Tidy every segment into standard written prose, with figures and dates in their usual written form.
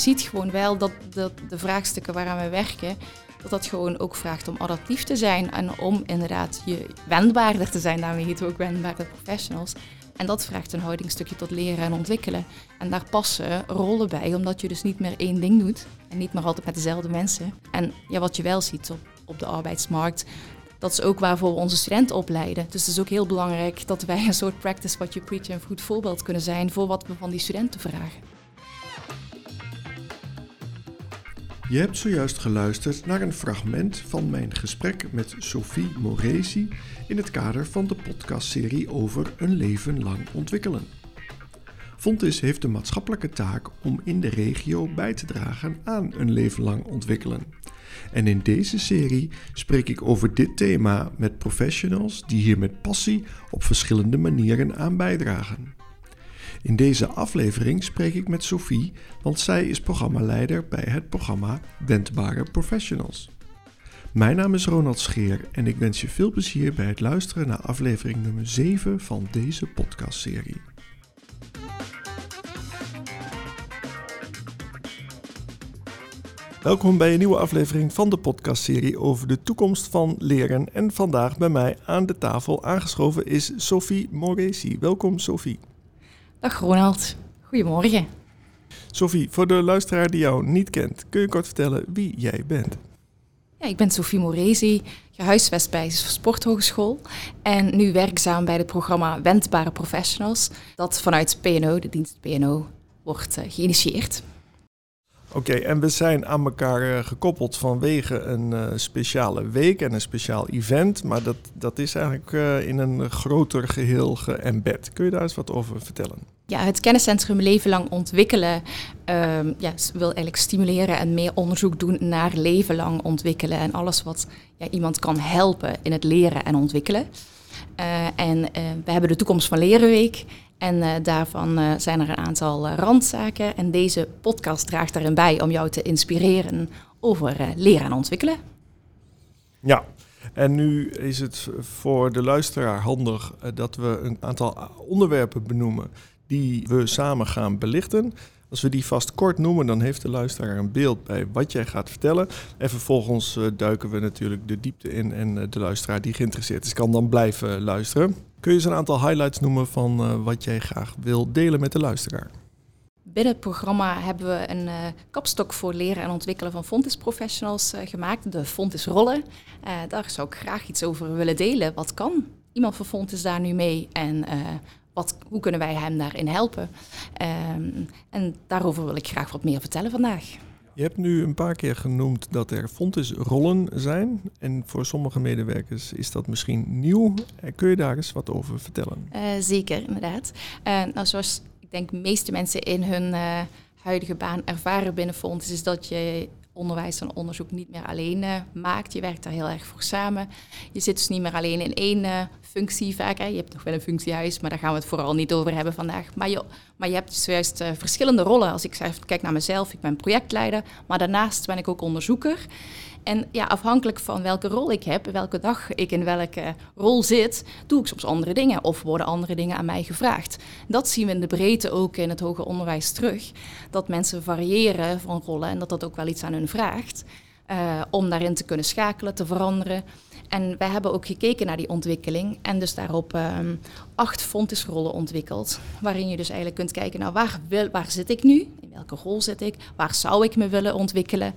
ziet gewoon wel dat de vraagstukken waaraan we werken, dat gewoon ook vraagt om adaptief te zijn en om inderdaad je wendbaarder te zijn. Daarmee heten we ook wendbare professionals. En dat vraagt een houdingstukje tot leren en ontwikkelen. En daar passen rollen bij, omdat je dus niet meer één ding doet en niet meer altijd met dezelfde mensen. En ja, wat je wel ziet op de arbeidsmarkt, dat is ook waarvoor we onze studenten opleiden. Dus het is ook heel belangrijk dat wij een soort practice what you preach een goed voorbeeld kunnen zijn voor wat we van die studenten vragen. Je hebt zojuist geluisterd naar een fragment van mijn gesprek met Sophie Moresi in het kader van de podcastserie over een leven lang ontwikkelen. Fontis heeft de maatschappelijke taak om in de regio bij te dragen aan een leven lang ontwikkelen. En in deze serie spreek ik over dit thema met professionals die hier met passie op verschillende manieren aan bijdragen. In deze aflevering spreek ik met Sophie, want zij is programmaleider bij het programma Wendbare Professionals. Mijn naam is Ronald Scheer en ik wens je veel plezier bij het luisteren naar aflevering nummer 7 van deze podcastserie. Welkom bij een nieuwe aflevering van de podcastserie over de toekomst van leren. En vandaag bij mij aan de tafel aangeschoven is Sophie Moresi. Welkom Sophie. Dag Ronald, goedemorgen. Sophie, voor de luisteraar die jou niet kent, kun je kort vertellen wie jij bent? Ja, ik ben Sophie Moresi, gehuisvest bij Sporthogeschool en nu werkzaam bij het programma Wendbare Professionals, dat vanuit PNO, de dienst PNO, wordt geïnitieerd. Oké, en we zijn aan elkaar gekoppeld vanwege een speciale week en een speciaal event, maar dat is eigenlijk in een groter geheel geëmbed. Kun je daar eens wat over vertellen? Ja, het kenniscentrum Leven Lang Ontwikkelen wil eigenlijk stimuleren en meer onderzoek doen naar leven lang ontwikkelen en alles wat iemand kan helpen in het leren en ontwikkelen. We hebben de Toekomst van Leren Week. En daarvan zijn er een aantal randzaken. En deze podcast draagt daarin bij om jou te inspireren over leren en ontwikkelen. Ja, en nu is het voor de luisteraar handig dat we een aantal onderwerpen benoemen die we samen gaan belichten. Als we die vast kort noemen, dan heeft de luisteraar een beeld bij wat jij gaat vertellen. En vervolgens duiken we natuurlijk de diepte in en de luisteraar die geïnteresseerd is kan dan blijven luisteren. Kun je eens een aantal highlights noemen van wat jij graag wil delen met de luisteraar? Binnen het programma hebben we een kapstok voor leren en ontwikkelen van Fontis Professionals gemaakt. De Fontis Rollen. Daar zou ik graag iets over willen delen. Wat kan iemand van Fontis daar nu mee en hoe kunnen wij hem daarin helpen? En daarover wil ik graag wat meer vertellen vandaag. Je hebt nu een paar keer genoemd dat er Fontis-rollen zijn. En voor sommige medewerkers is dat misschien nieuw. Kun je daar eens wat over vertellen? Zeker, inderdaad. Zoals ik denk de meeste mensen in hun huidige baan ervaren binnen Fontis, is dat je onderwijs en onderzoek niet meer alleen maakt. Je werkt daar heel erg voor samen. Je zit dus niet meer alleen in één functie vaak. Hè. Je hebt nog wel een functiehuis, maar daar gaan we het vooral niet over hebben vandaag. Maar je hebt dus juist verschillende rollen. Als ik kijk naar mezelf, ik ben projectleider, maar daarnaast ben ik ook onderzoeker. En ja, afhankelijk van welke rol ik heb, welke dag ik in welke rol zit, doe ik soms andere dingen of worden andere dingen aan mij gevraagd. Dat zien we in de breedte ook in het hoger onderwijs terug. Dat mensen variëren van rollen en dat ook wel iets aan hun vraagt. Om daarin te kunnen schakelen, te veranderen. En wij hebben ook gekeken naar die ontwikkeling en dus daarop 8 Fontis-rollen ontwikkeld. Waarin je dus eigenlijk kunt kijken, nou waar zit ik nu? In welke rol zit ik? Waar zou ik me willen ontwikkelen?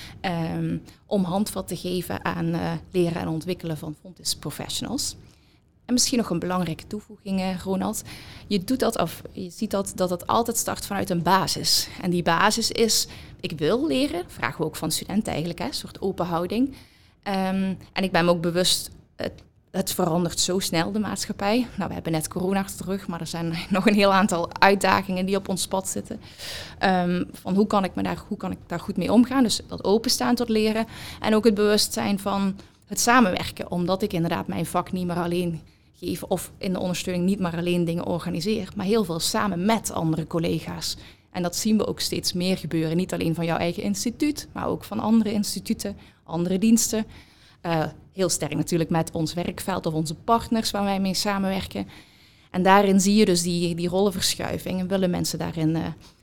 Om handvat te geven aan leren en ontwikkelen van Fontis Professionals. En misschien nog een belangrijke toevoeging, Ronald. Je ziet dat het altijd start vanuit een basis. En die basis is, ik wil leren, vragen we ook van studenten eigenlijk, een soort open houding. En ik ben me ook bewust, het verandert zo snel, de maatschappij. Nou, we hebben net corona achter de rug, maar er zijn nog een heel aantal uitdagingen die op ons pad zitten. Van hoe kan ik daar goed mee omgaan? Dus dat openstaan tot leren. En ook het bewustzijn van het samenwerken, omdat ik inderdaad mijn vak niet meer alleen geef of in de ondersteuning niet maar alleen dingen organiseer, maar heel veel samen met andere collega's. En dat zien we ook steeds meer gebeuren. Niet alleen van jouw eigen instituut, maar ook van andere instituten, andere diensten. Heel sterk natuurlijk met ons werkveld of onze partners waar wij mee samenwerken. En daarin zie je dus die rollenverschuiving en willen mensen daarin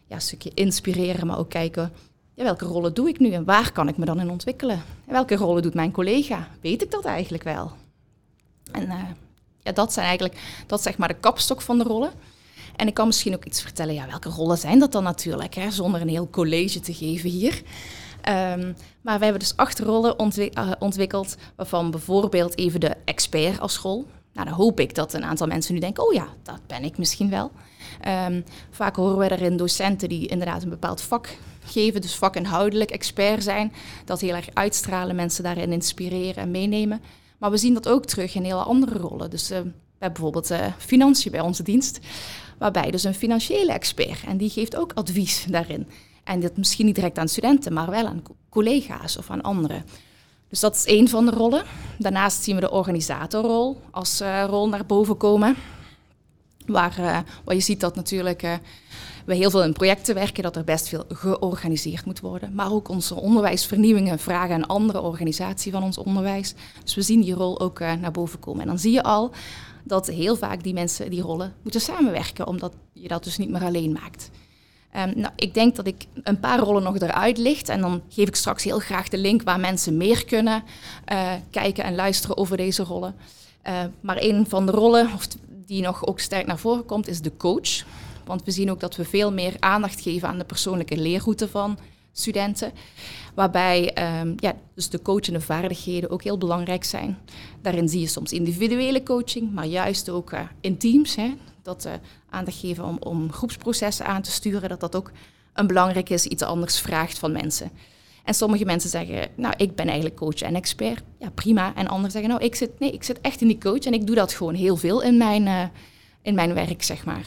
een stukje inspireren, maar ook kijken, welke rollen doe ik nu en waar kan ik me dan in ontwikkelen? En welke rollen doet mijn collega? Weet ik dat eigenlijk wel? En dat is zeg maar de kapstok van de rollen. En ik kan misschien ook iets vertellen, welke rollen zijn dat dan natuurlijk, hè, zonder een heel college te geven hier. Maar we hebben dus 8 rollen ontwikkeld, waarvan bijvoorbeeld even de expert als rol. Nou, dan hoop ik dat een aantal mensen nu denken, dat ben ik misschien wel. Vaak horen we daarin docenten die inderdaad een bepaald vak geven, dus vakinhoudelijk expert zijn. Dat heel erg uitstralen, mensen daarin inspireren en meenemen. Maar we zien dat ook terug in hele andere rollen. Dus we hebben bijvoorbeeld financiën bij onze dienst, waarbij dus een financiële expert, en die geeft ook advies daarin. En dat misschien niet direct aan studenten, maar wel aan collega's of aan anderen. Dus dat is 1 van de rollen. Daarnaast zien we de organisatorrol als rol naar boven komen. Waar je ziet dat natuurlijk we heel veel in projecten werken, dat er best veel georganiseerd moet worden. Maar ook onze onderwijsvernieuwingen vragen een andere organisatie van ons onderwijs. Dus we zien die rol ook naar boven komen. En dan zie je al dat heel vaak die mensen, die rollen, moeten samenwerken, omdat je dat dus niet meer alleen maakt. Ik denk dat ik een paar rollen nog eruit licht en dan geef ik straks heel graag de link waar mensen meer kunnen kijken en luisteren over deze rollen. Maar een van de rollen die nog ook sterk naar voren komt is de coach. Want we zien ook dat we veel meer aandacht geven aan de persoonlijke leerroute van studenten. Waarbij dus de coachende vaardigheden ook heel belangrijk zijn. Daarin zie je soms individuele coaching, maar juist ook in teams. Dat aandacht geven om groepsprocessen aan te sturen, dat ook een belangrijk is, iets anders vraagt van mensen. En sommige mensen zeggen, ik ben eigenlijk coach en expert. Ja, prima. En anderen zeggen, ik zit echt in die coach en ik doe dat gewoon heel veel in mijn werk, zeg maar.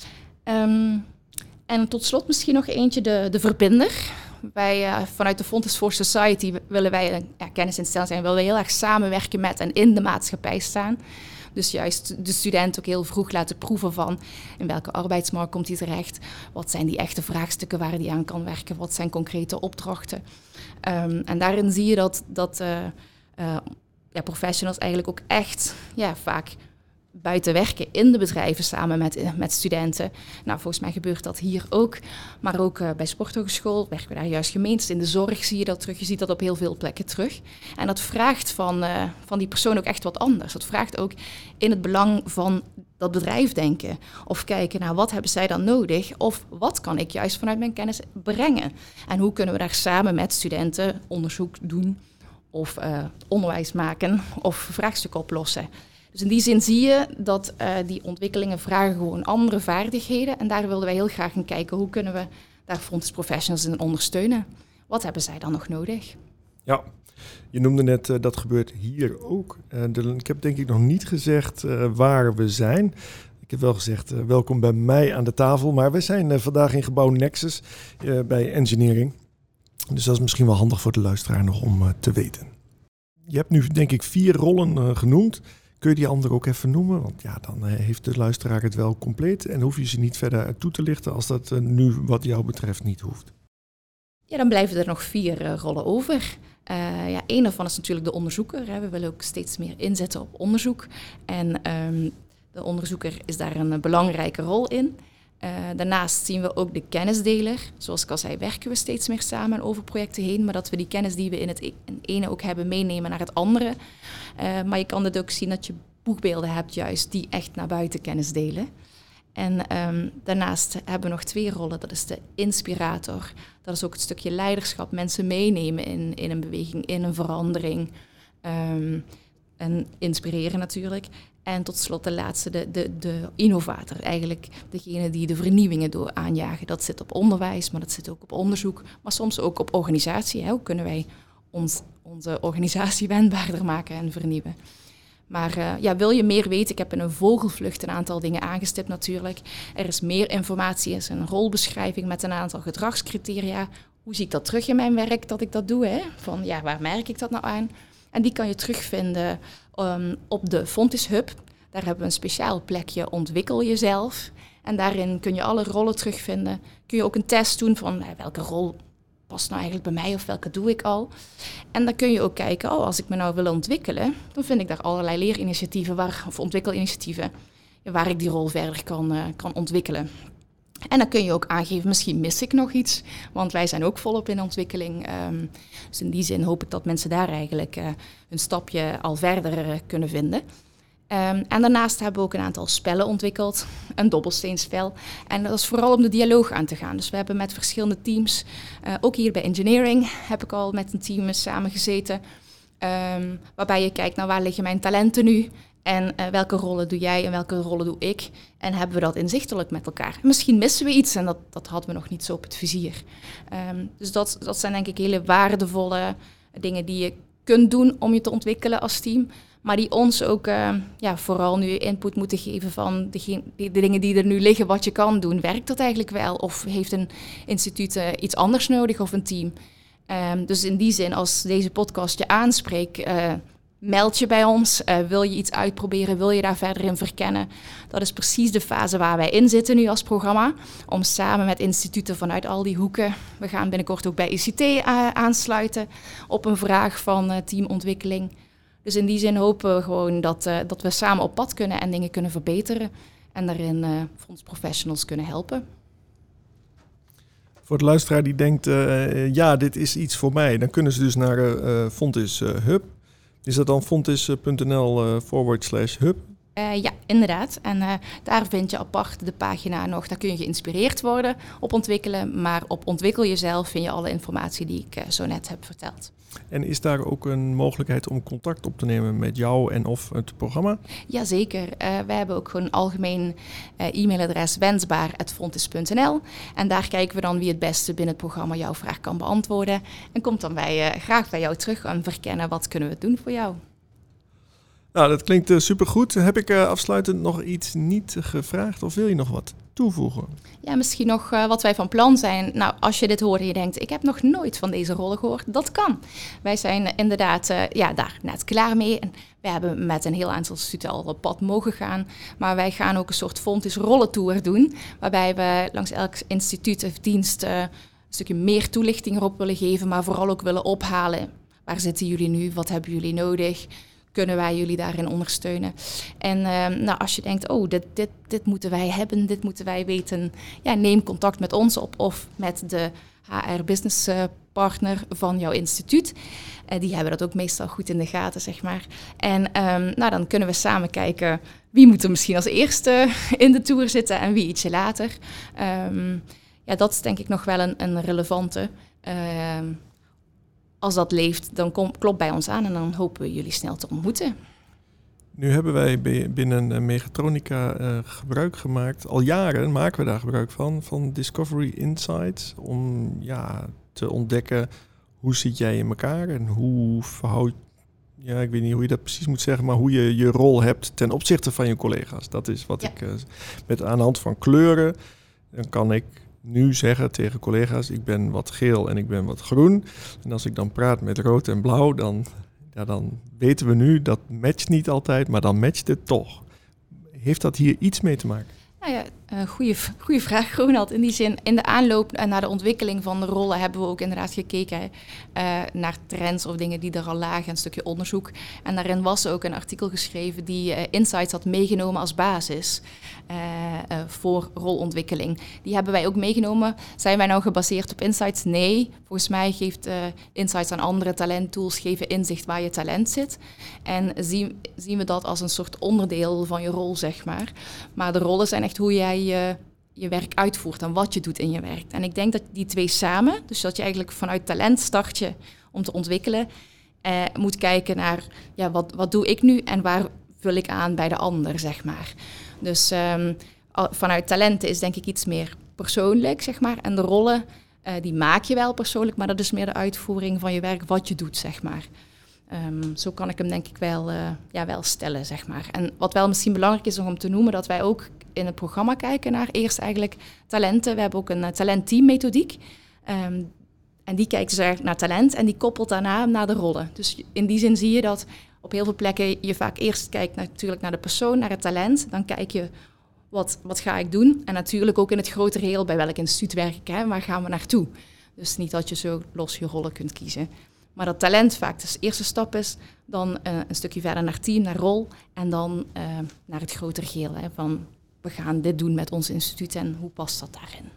En tot slot misschien nog eentje, de verbinder. Wij vanuit de Fontys for Society willen wij kennisinstelling zijn, willen we heel erg samenwerken met en in de maatschappij staan. Dus juist de student ook heel vroeg laten proeven van in welke arbeidsmarkt komt hij terecht. Wat zijn die echte vraagstukken waar hij aan kan werken? Wat zijn concrete opdrachten? En daarin zie je dat professionals eigenlijk ook echt vaak buiten werken in de bedrijven samen met studenten. Nou, volgens mij gebeurt dat hier ook. Maar ook bij Sporthogeschool werken we daar juist gemeenschappelijk. In de zorg zie je dat terug. Je ziet dat op heel veel plekken terug. En dat vraagt van die persoon ook echt wat anders. Dat vraagt ook in het belang van dat bedrijf denken. Of kijken naar wat hebben zij dan nodig? Of wat kan ik juist vanuit mijn kennis brengen? En hoe kunnen we daar samen met studenten onderzoek doen? Of onderwijs maken? Of vraagstukken oplossen? Dus in die zin zie je dat die ontwikkelingen vragen gewoon andere vaardigheden. En daar wilden wij heel graag in kijken. Hoe kunnen we daar Fontys Professionals in ondersteunen? Wat hebben zij dan nog nodig? Ja, je noemde net dat gebeurt hier ook. Ik heb denk ik nog niet gezegd waar we zijn. Ik heb wel gezegd welkom bij mij aan de tafel. Maar we zijn vandaag in gebouw Nexus bij Engineering. Dus dat is misschien wel handig voor de luisteraar nog om te weten. Je hebt nu denk ik 4 rollen genoemd. Kun je die andere ook even noemen? Want dan heeft de luisteraar het wel compleet. En hoef je ze niet verder toe te lichten als dat nu wat jou betreft niet hoeft. Ja, dan blijven er nog 4 rollen over. Eén daarvan is natuurlijk de onderzoeker. Hè. We willen ook steeds meer inzetten op onderzoek. En de onderzoeker is daar een belangrijke rol in. Daarnaast zien we ook de kennisdeler. Zoals ik al zei, werken we steeds meer samen over projecten heen. Maar dat we die kennis die we in het ene ook hebben meenemen naar het andere. Maar je kan het ook zien dat je boegbeelden hebt juist die echt naar buiten kennis delen. En daarnaast hebben we nog 2 rollen. Dat is de inspirator. Dat is ook het stukje leiderschap. Mensen meenemen in een beweging, in een verandering. En inspireren natuurlijk. En tot slot de laatste, de innovator. Eigenlijk degene die de vernieuwingen door aanjagen. Dat zit op onderwijs, maar dat zit ook op onderzoek. Maar soms ook op organisatie. Hè? Hoe kunnen wij onze organisatie wendbaarder maken en vernieuwen? Maar wil je meer weten? Ik heb in een vogelvlucht een aantal dingen aangestipt natuurlijk. Er is meer informatie, er is een rolbeschrijving met een aantal gedragscriteria. Hoe zie ik dat terug in mijn werk dat ik dat doe? Hè? Van waar merk ik dat nou aan? En die kan je terugvinden op de Fontys Hub. Daar hebben we een speciaal plekje Ontwikkel jezelf. En daarin kun je alle rollen terugvinden. Kun je ook een test doen van welke rol past nou eigenlijk bij mij of welke doe ik al. En dan kun je ook kijken, als ik me nou wil ontwikkelen, dan vind ik daar allerlei leerinitiatieven of ontwikkelinitiatieven waar ik die rol verder kan ontwikkelen. En dan kun je ook aangeven, misschien mis ik nog iets, want wij zijn ook volop in ontwikkeling. Dus in die zin hoop ik dat mensen daar eigenlijk hun stapje al verder kunnen vinden. En daarnaast hebben we ook een aantal spellen ontwikkeld, een dobbelsteenspel. En dat is vooral om de dialoog aan te gaan. Dus we hebben met verschillende teams, ook hier bij engineering heb ik al met een team samengezeten, waarbij je kijkt naar waar liggen mijn talenten nu en welke rollen doe jij en welke rollen doe ik. En hebben we dat inzichtelijk met elkaar. En misschien missen we iets en dat hadden we nog niet zo op het vizier. Dus dat zijn denk ik hele waardevolle dingen die je kunt doen om je te ontwikkelen als team. Maar die ons ook vooral nu input moeten geven van de dingen die er nu liggen, wat je kan doen. Werkt dat eigenlijk wel? Of heeft een instituut iets anders nodig of een team? Dus in die zin, als deze podcast je aanspreekt, meld je bij ons. Wil je iets uitproberen? Wil je daar verder in verkennen? Dat is precies de fase waar wij in zitten nu als programma. Om samen met instituten vanuit al die hoeken. We gaan binnenkort ook bij ICT aansluiten op een vraag van teamontwikkeling. Dus in die zin hopen we gewoon dat we samen op pad kunnen en dingen kunnen verbeteren. En daarin fondsprofessionals kunnen helpen. Voor de luisteraar die denkt, dit is iets voor mij. Dan kunnen ze dus naar Fontis Hub. Is dat dan fontis.nl/hub? Ja, inderdaad. En daar vind je apart de pagina nog. Daar kun je geïnspireerd worden op ontwikkelen. Maar op Ontwikkel Jezelf vind je alle informatie die ik zo net heb verteld. En is daar ook een mogelijkheid om contact op te nemen met jou en of het programma? Jazeker. We hebben ook gewoon een algemeen e-mailadres wensbaar@fontis.nl. En daar kijken we dan wie het beste binnen het programma jouw vraag kan beantwoorden. En komt dan graag bij jou terug en verkennen wat kunnen we doen voor jou. Nou, dat klinkt supergoed. Heb ik afsluitend nog iets niet gevraagd of wil je nog wat toevoegen? Ja, misschien nog wat wij van plan zijn. Nou, als je dit hoort en je denkt, ik heb nog nooit van deze rollen gehoord, dat kan. Wij zijn inderdaad daar net klaar mee. En we hebben met een heel aantal instituten al op pad mogen gaan. Maar wij gaan ook een soort Fontis rollentour doen, waarbij we langs elk instituut of dienst een stukje meer toelichting erop willen geven, maar vooral ook willen ophalen. Waar zitten jullie nu? Wat hebben jullie nodig? Kunnen wij jullie daarin ondersteunen? En als je denkt, dit moeten wij hebben, dit moeten wij weten, neem contact met ons op of met de HR Business Partner van jouw instituut. Die hebben dat ook meestal goed in de gaten, zeg maar. En dan kunnen we samen kijken wie moet er misschien als eerste in de tour zitten en wie ietsje later. Dat is denk ik nog wel een relevante. Als dat leeft, dan klopt bij ons aan en dan hopen we jullie snel te ontmoeten. Nu hebben wij binnen Mechatronica gebruik gemaakt. Al jaren maken we daar gebruik van Discovery Insights. Om te ontdekken hoe zit jij in elkaar en hoe verhoud... Ja, ik weet niet hoe je dat precies moet zeggen, maar hoe je je rol hebt ten opzichte van je collega's. Dat is wat ik aan de hand van kleuren, dan kan ik nu zeggen tegen collega's, ik ben wat geel en ik ben wat groen. En als ik dan praat met rood en blauw, dan weten we nu, dat matcht niet altijd, maar dan matcht het toch. Heeft dat hier iets mee te maken? Nou ja, goede vraag, Ronald. In die zin, in de aanloop naar de ontwikkeling van de rollen hebben we ook inderdaad gekeken naar trends of dingen die er al lagen, een stukje onderzoek. En daarin was ook een artikel geschreven die Insights had meegenomen als basis voor rolontwikkeling. Die hebben wij ook meegenomen. Zijn wij nou gebaseerd op Insights? Nee. Volgens mij geeft Insights aan andere talenttools, geven inzicht waar je talent zit. En zien we dat als een soort onderdeel van je rol, zeg maar. Maar de rollen zijn echt hoe jij je werk uitvoert en wat je doet in je werk. En ik denk dat die twee samen, dus dat je eigenlijk vanuit talent start je om te ontwikkelen, moet kijken naar wat doe ik nu en waar vul ik aan bij de ander, zeg maar. Dus vanuit talenten is denk ik iets meer persoonlijk, zeg maar. En de rollen, die maak je wel persoonlijk, maar dat is meer de uitvoering van je werk, wat je doet, zeg maar. Zo kan ik hem denk ik wel stellen, zeg maar. En wat wel misschien belangrijk is om te noemen, dat wij ook in het programma kijken naar eerst eigenlijk talenten. We hebben ook een talentteammethodiek. En die kijkt dus eigenlijk naar talent en die koppelt daarna naar de rollen. Dus in die zin zie je dat op heel veel plekken je vaak eerst kijkt natuurlijk naar de persoon, naar het talent. Dan kijk je, wat ga ik doen? En natuurlijk ook in het grotere geheel, bij welk instituut werk ik, waar gaan we naartoe? Dus niet dat je zo los je rollen kunt kiezen. Maar dat talent vaak de eerste stap is, dan een stukje verder naar team, naar rol en dan naar het grotere geheel. Van we gaan dit doen met ons instituut en hoe past dat daarin?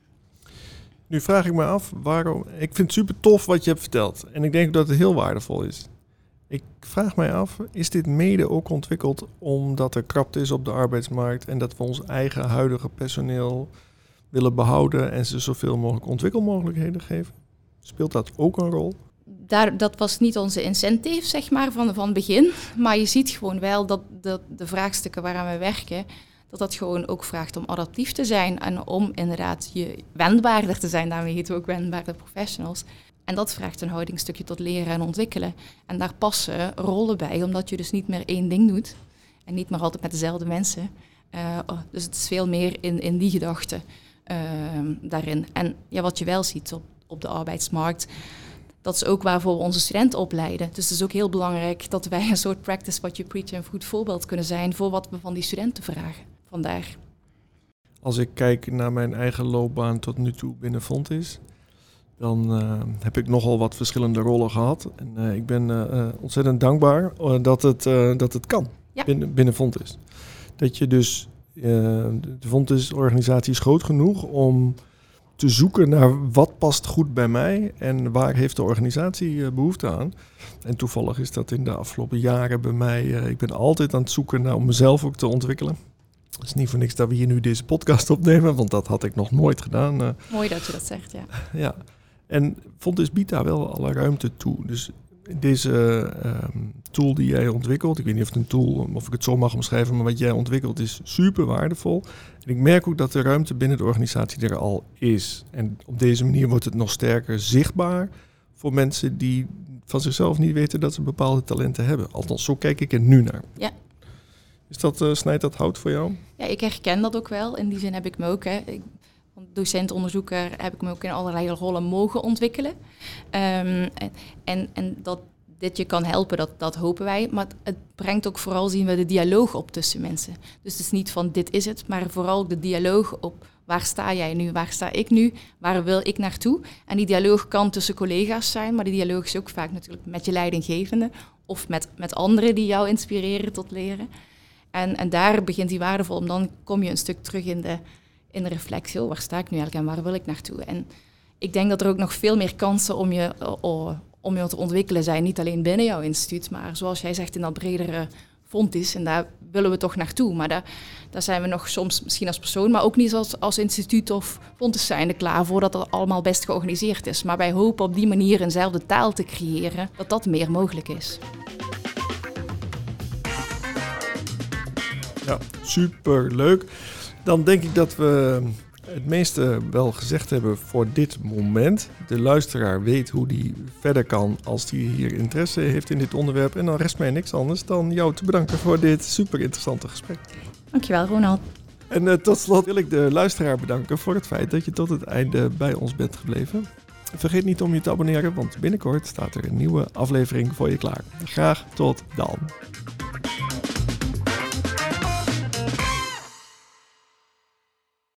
Nu vraag ik me af waarom. Ik vind het super tof wat je hebt verteld. En ik denk dat het heel waardevol is. Ik vraag mij af, is dit mede ook ontwikkeld omdat er krapte is op de arbeidsmarkt en dat we ons eigen huidige personeel willen behouden en ze zoveel mogelijk ontwikkelmogelijkheden geven? Speelt dat ook een rol? Dat was niet onze incentive, zeg maar, van het begin. Maar je ziet gewoon wel dat de vraagstukken waaraan we werken, dat gewoon ook vraagt om adaptief te zijn en om inderdaad je wendbaarder te zijn. Daarmee heten we ook wendbaarder professionals. En dat vraagt een houdingstukje tot leren en ontwikkelen. En daar passen rollen bij, omdat je dus niet meer één ding doet. En niet meer altijd met dezelfde mensen. Dus het is veel meer in die gedachte daarin. En ja, wat je wel ziet op de arbeidsmarkt, dat is ook waarvoor we onze studenten opleiden. Dus het is ook heel belangrijk dat wij een soort practice what you preach een goed voorbeeld kunnen zijn voor wat we van die studenten vragen. Vandaar. Als ik kijk naar mijn eigen loopbaan tot nu toe binnen Fontys, dan heb ik nogal wat verschillende rollen gehad. En ik ben ontzettend dankbaar dat het kan binnen Fontys. Dat je dus, de Fontys-organisatie is groot genoeg om te zoeken naar wat past goed bij mij en waar heeft de organisatie behoefte aan. En toevallig is dat in de afgelopen jaren bij mij, ik ben altijd aan het zoeken naar om mezelf ook te ontwikkelen. Het is niet voor niks dat we hier nu deze podcast opnemen, want dat had ik nog nooit gedaan. Mooi dat je dat zegt, ja. Ja. En Fontys biedt daar wel alle ruimte toe. Dus deze tool die jij ontwikkelt, ik weet niet of het een tool, of ik het zo mag omschrijven, maar wat jij ontwikkelt is super waardevol. En ik merk ook dat de ruimte binnen de organisatie er al is. En op deze manier wordt het nog sterker zichtbaar voor mensen die van zichzelf niet weten dat ze bepaalde talenten hebben. Althans, zo kijk ik er nu naar. Ja. Snijdt dat hout voor jou? Ja, ik herken dat ook wel. In die zin heb ik me ook, docent-onderzoeker, heb ik me ook in allerlei rollen mogen ontwikkelen. En dat dit je kan helpen, dat hopen wij. Maar het brengt ook vooral, zien we, de dialoog op tussen mensen. Dus het is niet van dit is het, maar vooral de dialoog op waar sta jij nu, waar sta ik nu, waar wil ik naartoe. En die dialoog kan tussen collega's zijn, maar die dialoog is ook vaak natuurlijk met je leidinggevende of met anderen die jou inspireren tot leren. En daar begint die waardevol, om dan kom je een stuk terug in de reflectie. Waar sta ik nu eigenlijk en waar wil ik naartoe? En ik denk dat er ook nog veel meer kansen om je te ontwikkelen zijn. Niet alleen binnen jouw instituut, maar zoals jij zegt in dat bredere Fontys. En daar willen we toch naartoe. Maar daar zijn we nog soms misschien als persoon, maar ook niet als instituut of Fontys zijnde klaar voor dat dat allemaal best georganiseerd is. Maar wij hopen op die manier eenzelfde taal te creëren, dat meer mogelijk is. Ja, super leuk. Dan denk ik dat we het meeste wel gezegd hebben voor dit moment. De luisteraar weet hoe die verder kan als hij hier interesse heeft in dit onderwerp. En dan rest mij niks anders dan jou te bedanken voor dit super interessante gesprek. Dankjewel, Ronald. En tot slot wil ik de luisteraar bedanken voor het feit dat je tot het einde bij ons bent gebleven. Vergeet niet om je te abonneren, want binnenkort staat er een nieuwe aflevering voor je klaar. Graag tot dan.